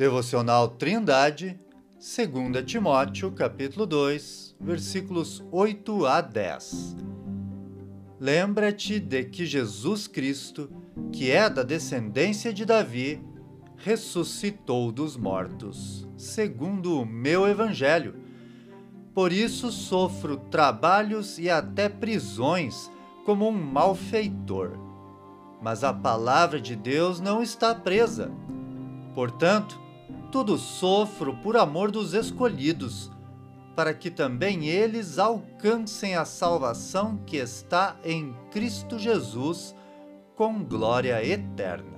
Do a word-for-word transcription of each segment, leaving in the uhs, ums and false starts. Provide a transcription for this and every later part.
Devocional Trindade, dois Timóteo, capítulo dois, versículos oito a dez. Lembra-te de que Jesus Cristo, que é da descendência de Davi, ressuscitou dos mortos, segundo o meu evangelho. Por isso sofro trabalhos e até prisões como um malfeitor. Mas a palavra de Deus não está presa. Portanto, tudo sofro por amor dos escolhidos, para que também eles alcancem a salvação que está em Cristo Jesus, com glória eterna.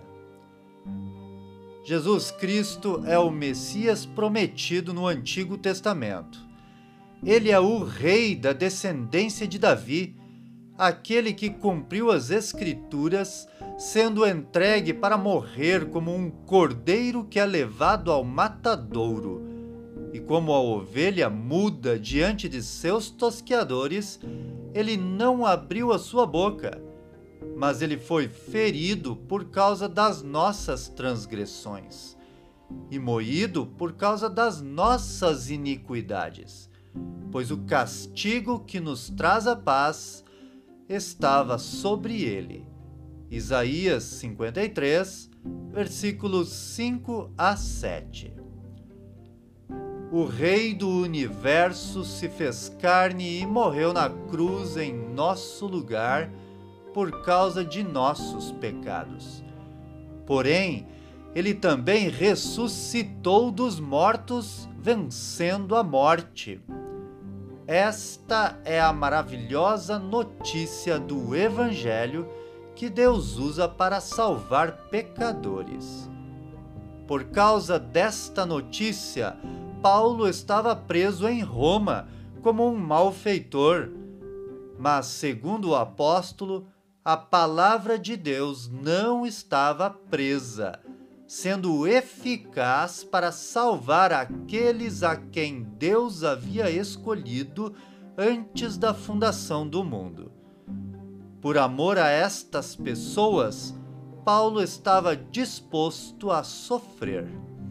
Jesus Cristo é o Messias prometido no Antigo Testamento. Ele é o Rei da descendência de Davi, aquele que cumpriu as Escrituras, sendo entregue para morrer como um cordeiro que é levado ao matadouro. E como a ovelha muda diante de seus tosqueadores, ele não abriu a sua boca, mas ele foi ferido por causa das nossas transgressões e moído por causa das nossas iniquidades. Pois o castigo que nos traz a paz estava sobre ele. Isaías cinquenta e três, versículos cinco a sete. O Rei do Universo se fez carne e morreu na cruz em nosso lugar por causa de nossos pecados. Porém, ele também ressuscitou dos mortos, vencendo a morte. Esta é a maravilhosa notícia do Evangelho que Deus usa para salvar pecadores. Por causa desta notícia, Paulo estava preso em Roma como um malfeitor. Mas, segundo o apóstolo, a palavra de Deus não estava presa, sendo eficaz para salvar aqueles a quem Deus havia escolhido antes da fundação do mundo. Por amor a estas pessoas, Paulo estava disposto a sofrer.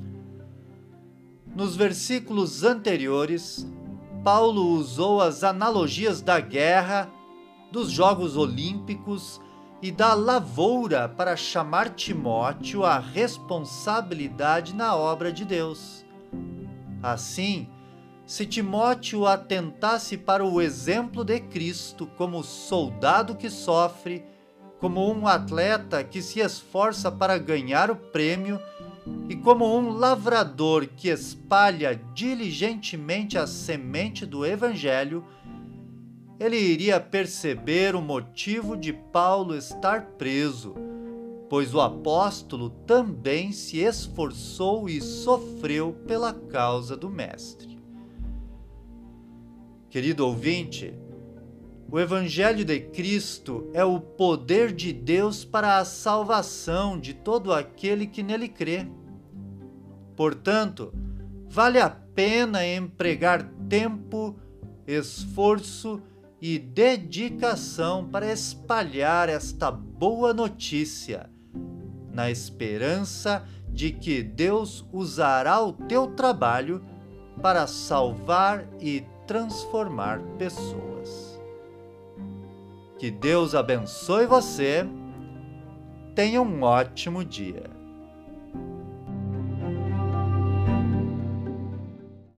Nos versículos anteriores, Paulo usou as analogias da guerra, dos Jogos Olímpicos e da lavoura para chamar Timóteo à responsabilidade na obra de Deus. Assim, se Timóteo atentasse para o exemplo de Cristo como soldado que sofre, como um atleta que se esforça para ganhar o prêmio e como um lavrador que espalha diligentemente a semente do Evangelho, ele iria perceber o motivo de Paulo estar preso, pois o apóstolo também se esforçou e sofreu pela causa do Mestre. Querido ouvinte, o Evangelho de Cristo é o poder de Deus para a salvação de todo aquele que nele crê. Portanto, vale a pena empregar tempo, esforço e dedicação para espalhar esta boa notícia, na esperança de que Deus usará o teu trabalho para salvar e transformar pessoas. Que Deus abençoe você. Tenha um ótimo dia.